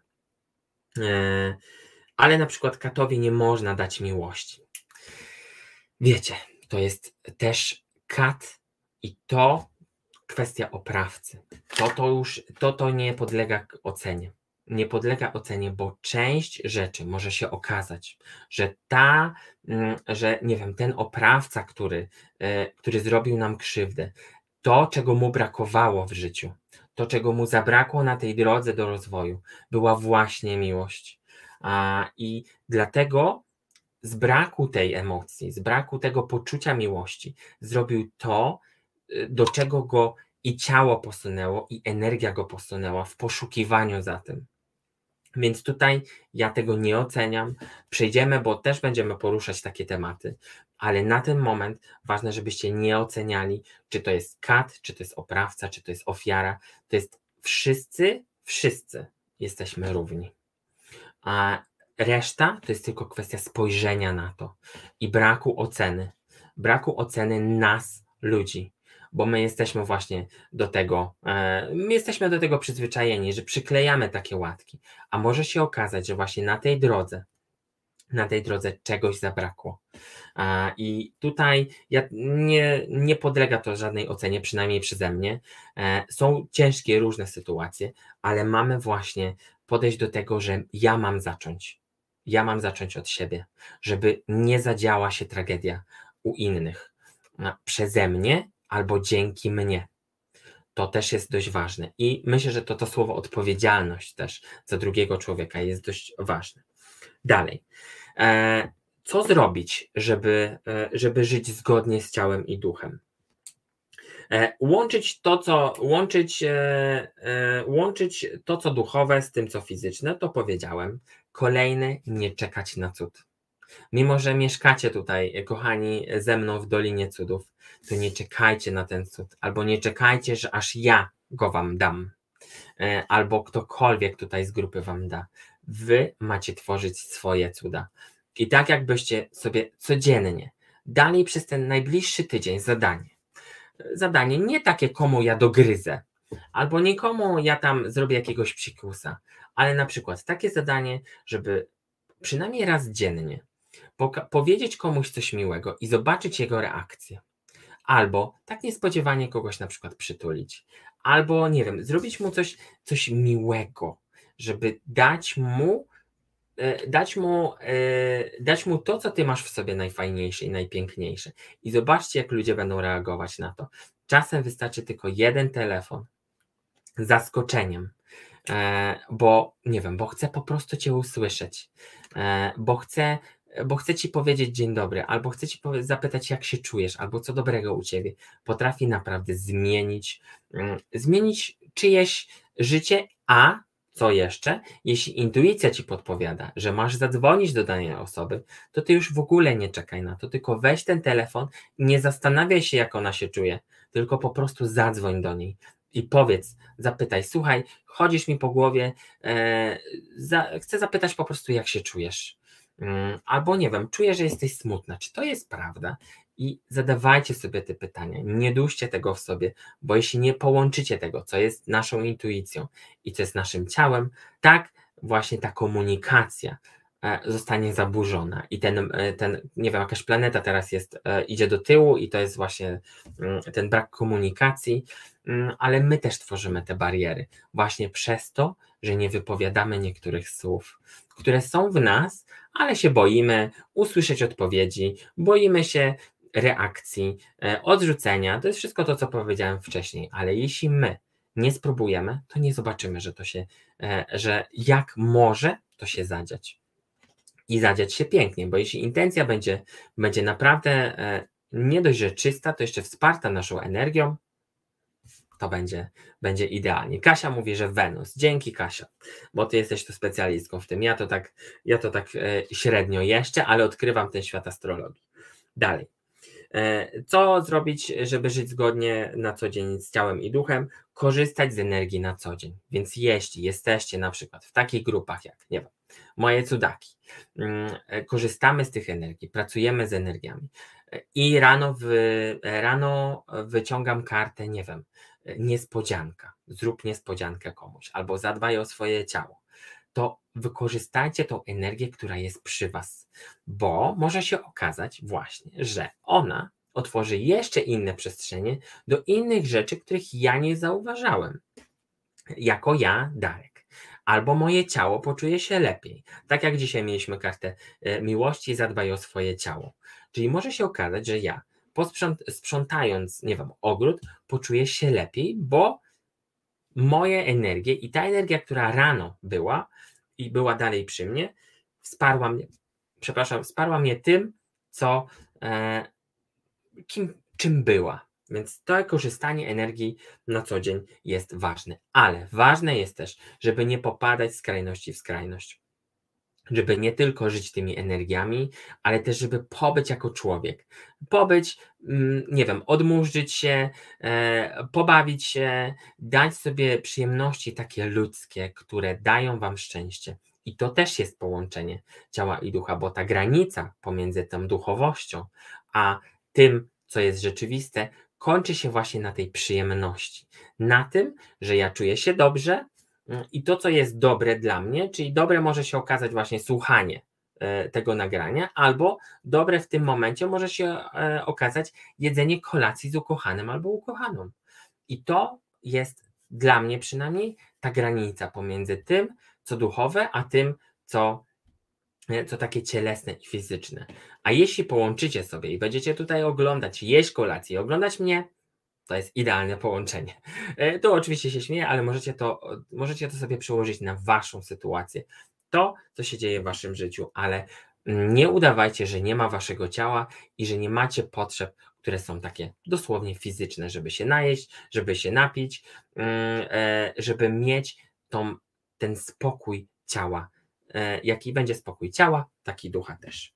Ale na przykład katowi nie można dać miłości. Wiecie, to jest też kat i to kwestia oprawcy. To, to już, to, to nie podlega ocenie. Nie podlega ocenie, bo część rzeczy może się okazać, że ta, że nie wiem, ten oprawca, który, który zrobił nam krzywdę, to, czego mu brakowało w życiu, to, czego mu zabrakło na tej drodze do rozwoju, była właśnie miłość. I dlatego z braku tej emocji, z braku tego poczucia miłości zrobił to, do czego go i ciało posunęło, i energia go posunęła w poszukiwaniu za tym. Więc tutaj ja tego nie oceniam. Przejdziemy, bo też będziemy poruszać takie tematy, ale na ten moment ważne, żebyście nie oceniali, czy to jest kat, czy to jest oprawca, czy to jest ofiara. To jest wszyscy, wszyscy jesteśmy równi. A reszta to jest tylko kwestia spojrzenia na to i braku oceny. Braku oceny nas, ludzi, bo my jesteśmy właśnie do tego, e, my jesteśmy do tego przyzwyczajeni, że przyklejamy takie łatki, a może się okazać, że właśnie na tej drodze, na tej drodze czegoś zabrakło. E, I tutaj ja nie, nie podlega to żadnej ocenie, przynajmniej przeze mnie. E, są ciężkie różne sytuacje, ale mamy właśnie podejść do tego, że ja mam zacząć. Ja mam zacząć od siebie, żeby nie zadziała się tragedia u innych. Przeze mnie albo dzięki mnie. To też jest dość ważne. I myślę, że to, to słowo odpowiedzialność też za drugiego człowieka jest dość ważne. Dalej. E, co zrobić, żeby, żeby żyć zgodnie z ciałem i duchem? E, łączyć to, co łączyć, e, e, łączyć to, co duchowe z tym, co fizyczne, to powiedziałem. Kolejny, nie czekać na cud. Mimo że mieszkacie tutaj, kochani, ze mną w Dolinie Cudów, to nie czekajcie na ten cud, albo nie czekajcie, że aż ja go wam dam, e, albo ktokolwiek tutaj z grupy wam da. Wy macie tworzyć swoje cuda. I tak jakbyście sobie codziennie dali przez ten najbliższy tydzień zadanie. Zadanie nie takie, komu ja dogryzę, albo nikomu ja tam zrobię jakiegoś psikusa, ale na przykład takie zadanie, żeby przynajmniej raz dziennie poka- powiedzieć komuś coś miłego i zobaczyć jego reakcję. Albo tak niespodziewanie kogoś na przykład przytulić. Albo, nie wiem, zrobić mu coś, coś miłego, żeby dać mu, e, dać mu, e, dać mu to, co ty masz w sobie najfajniejsze i najpiękniejsze. I zobaczcie, jak ludzie będą reagować na to. Czasem wystarczy tylko jeden telefon z zaskoczeniem, e, bo, nie wiem, bo chcę po prostu cię usłyszeć, e, bo chcę bo chcę ci powiedzieć dzień dobry, albo chcę ci powie- zapytać, jak się czujesz, albo co dobrego u ciebie, potrafi naprawdę zmienić, mm, zmienić czyjeś życie, a co jeszcze, jeśli intuicja ci podpowiada, że masz zadzwonić do danej osoby, to ty już w ogóle nie czekaj na to, tylko weź ten telefon i nie zastanawiaj się, jak ona się czuje, tylko po prostu zadzwoń do niej i powiedz, zapytaj, słuchaj, chodzisz mi po głowie, e, za, chcę zapytać po prostu, jak się czujesz. Mm, albo nie wiem, czuję, że jesteś smutna. Czy to jest prawda? I zadawajcie sobie te pytania. Nie duście tego w sobie, bo jeśli nie połączycie tego, co jest naszą intuicją i co jest naszym ciałem, tak właśnie ta komunikacja e, zostanie zaburzona i ten, e, ten, nie wiem, jakaś planeta teraz jest, e, idzie do tyłu i to jest właśnie mm, ten brak komunikacji, mm, ale my też tworzymy te bariery właśnie przez to, że nie wypowiadamy niektórych słów, które są w nas, ale się boimy usłyszeć odpowiedzi, boimy się reakcji, e, odrzucenia. To jest wszystko to, co powiedziałem wcześniej, ale jeśli my nie spróbujemy, to nie zobaczymy, że to się, e, że jak może to się zadziać. I zadziać się pięknie, bo jeśli intencja będzie, będzie naprawdę e, nie dość, że czysta, to jeszcze wsparta naszą energią, to będzie, będzie idealnie. Kasia mówi, że Wenus. Dzięki, Kasia, bo ty jesteś tu specjalistką w tym. Ja to tak, ja to tak e, średnio jeszcze, ale odkrywam ten świat astrologii. Dalej. E, co zrobić, żeby żyć zgodnie na co dzień z ciałem i duchem? Korzystać z energii na co dzień. Więc jeśli jesteście na przykład w takich grupach jak, nie wiem, moje cudaki, mm, e, korzystamy z tych energii, pracujemy z energiami e, i rano, w, e, rano wyciągam kartę, nie wiem, e, niespodzianka, zrób niespodziankę komuś albo zadbaj o swoje ciało, to wykorzystajcie tą energię, która jest przy Was, bo może się okazać właśnie, że ona otworzy jeszcze inne przestrzenie do innych rzeczy, których ja nie zauważałem, jako ja, Darek. Albo moje ciało poczuje się lepiej. Tak jak dzisiaj mieliśmy kartę e, miłości, zadbaj o swoje ciało. Czyli może się okazać, że ja posprząt, sprzątając, nie wiem, ogród, poczuję się lepiej, bo moje energie i ta energia, która rano była i była dalej przy mnie, wsparła mnie, przepraszam, wsparła mnie tym, co, e, kim, czym była. Więc to korzystanie energii na co dzień jest ważne. Ale ważne jest też, żeby nie popadać z skrajności w skrajność. Żeby nie tylko żyć tymi energiami, ale też, żeby pobyć jako człowiek. Pobyć, mm, nie wiem, odmurzyć się, e, pobawić się, dać sobie przyjemności takie ludzkie, które dają Wam szczęście. I to też jest połączenie ciała i ducha, bo ta granica pomiędzy tą duchowością a tym, co jest rzeczywiste, kończy się właśnie na tej przyjemności. Na tym, że ja czuję się dobrze, i to, co jest dobre dla mnie, czyli dobre może się okazać właśnie słuchanie e, tego nagrania, albo dobre w tym momencie może się e, okazać jedzenie kolacji z ukochanym albo ukochaną. I to jest dla mnie przynajmniej ta granica pomiędzy tym, co duchowe, a tym, co, e, co takie cielesne i fizyczne. A jeśli połączycie sobie i będziecie tutaj oglądać, jeść kolację, oglądać mnie, to jest idealne połączenie. E, Tu oczywiście się śmieję, ale możecie to, możecie to sobie przełożyć na waszą sytuację. To, co się dzieje w waszym życiu, ale nie udawajcie, że nie ma waszego ciała i że nie macie potrzeb, które są takie dosłownie fizyczne, żeby się najeść, żeby się napić, mm, e, żeby mieć tą, ten spokój ciała. E, Jaki będzie spokój ciała, taki ducha też.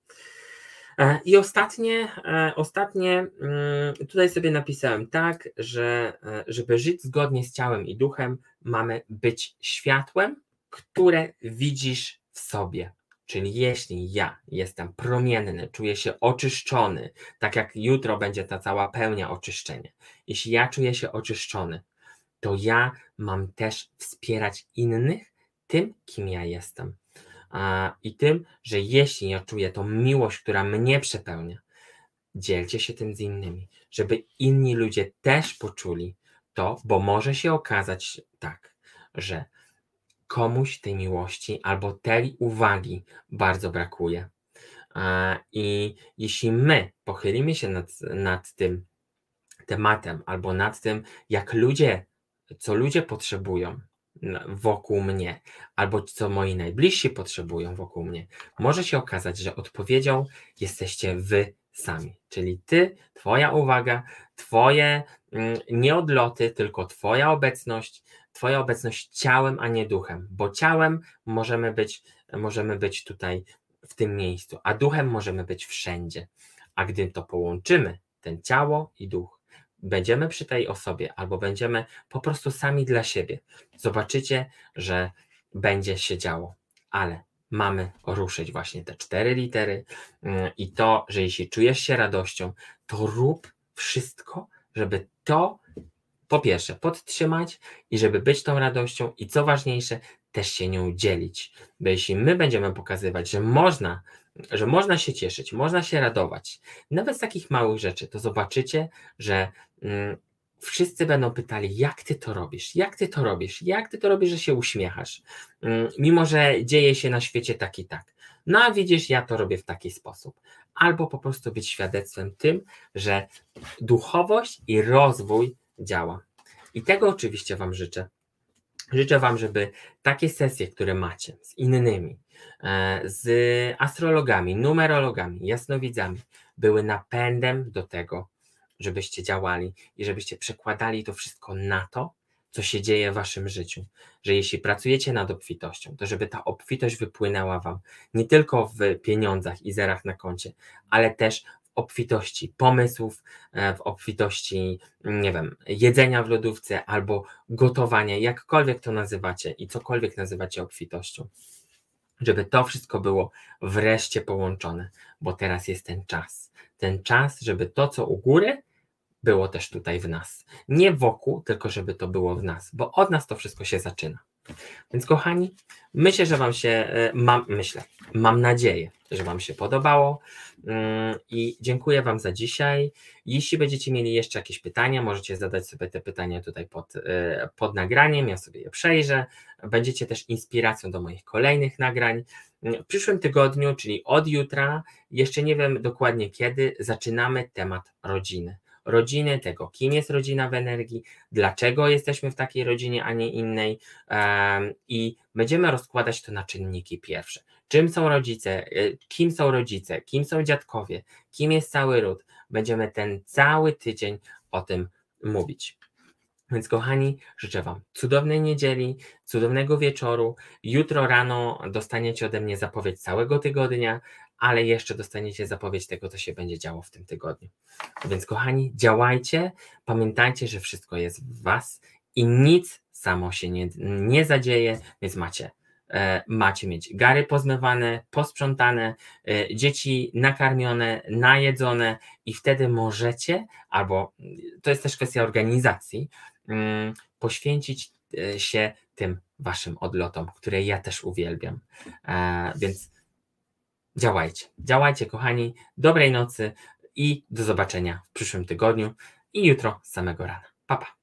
E, I ostatnie, e, ostatnie, mm, tutaj sobie napisałem tak, że e, żeby żyć zgodnie z ciałem i duchem, mamy być światłem, które widzisz w sobie. Czyli jeśli ja jestem promienny, czuję się oczyszczony, tak jak jutro będzie ta cała pełnia oczyszczenia, jeśli ja czuję się oczyszczony, to ja mam też wspierać innych tym, kim ja jestem. A, I tym, że jeśli ja czuję tą miłość, która mnie przepełnia, dzielcie się tym z innymi, żeby inni ludzie też poczuli to, bo może się okazać tak, że komuś tej miłości albo tej uwagi bardzo brakuje. A, I jeśli my pochylimy się nad, nad tym tematem albo nad tym, jak ludzie, co ludzie potrzebują wokół mnie, albo co moi najbliżsi potrzebują wokół mnie, może się okazać, że odpowiedzią jesteście wy sami. Czyli ty, twoja uwaga, twoje mm, nie odloty, tylko twoja obecność, twoja obecność ciałem, a nie duchem, bo ciałem możemy być, możemy być tutaj w tym miejscu, a duchem możemy być wszędzie. A gdy to połączymy, ten ciało i duch, będziemy przy tej osobie albo będziemy po prostu sami dla siebie, zobaczycie, że będzie się działo, ale mamy ruszyć właśnie te cztery litery i to, że jeśli czujesz się radością, to rób wszystko, żeby to po pierwsze podtrzymać i żeby być tą radością i co ważniejsze, też się nią dzielić, bo jeśli my będziemy pokazywać, że można, że można się cieszyć, można się radować, nawet z takich małych rzeczy, to zobaczycie, że mm, wszyscy będą pytali, jak ty to robisz, jak ty to robisz, jak ty to robisz, że się uśmiechasz, mm, mimo że dzieje się na świecie tak i tak. No a widzisz, ja to robię w taki sposób. Albo po prostu być świadectwem tym, że duchowość i rozwój działa. I tego oczywiście Wam życzę. Życzę Wam, żeby takie sesje, które macie z innymi, z astrologami, numerologami, jasnowidzami, były napędem do tego, żebyście działali i żebyście przekładali to wszystko na to, co się dzieje w Waszym życiu. Że jeśli pracujecie nad obfitością, to żeby ta obfitość wypłynęła Wam nie tylko w pieniądzach i zerach na koncie, ale też obfitości pomysłów, w obfitości, nie wiem, jedzenia w lodówce albo gotowania, jakkolwiek to nazywacie i cokolwiek nazywacie obfitością. Żeby to wszystko było wreszcie połączone, bo teraz jest ten czas. Ten czas, żeby to, co u góry, było też tutaj w nas. Nie wokół, tylko żeby to było w nas, bo od nas to wszystko się zaczyna. Więc kochani, myślę, że Wam się, mam, myślę, mam nadzieję, że Wam się podobało i dziękuję Wam za dzisiaj. Jeśli będziecie mieli jeszcze jakieś pytania, możecie zadać sobie te pytania tutaj pod, pod nagraniem, ja sobie je przejrzę. Będziecie też inspiracją do moich kolejnych nagrań. W przyszłym tygodniu, czyli od jutra, jeszcze nie wiem dokładnie kiedy, zaczynamy temat rodziny. Rodziny, tego kim jest rodzina w energii, dlaczego jesteśmy w takiej rodzinie, a nie innej um, i będziemy rozkładać to na czynniki pierwsze. Czym są rodzice, kim są rodzice, kim są dziadkowie, kim jest cały ród. Będziemy ten cały tydzień o tym mówić. Więc kochani, życzę Wam cudownej niedzieli, cudownego wieczoru. Jutro rano dostaniecie ode mnie zapowiedź całego tygodnia, ale jeszcze dostaniecie zapowiedź tego, co się będzie działo w tym tygodniu. Więc kochani, działajcie, pamiętajcie, że wszystko jest w Was i nic samo się nie, nie zadzieje, więc macie, e, macie mieć gary pozmywane, posprzątane, e, dzieci nakarmione, najedzone i wtedy możecie, albo to jest też kwestia organizacji, mm, poświęcić się tym Waszym odlotom, które ja też uwielbiam. E, więc działajcie, działajcie kochani, dobrej nocy i do zobaczenia w przyszłym tygodniu i jutro z samego rana. Pa, pa.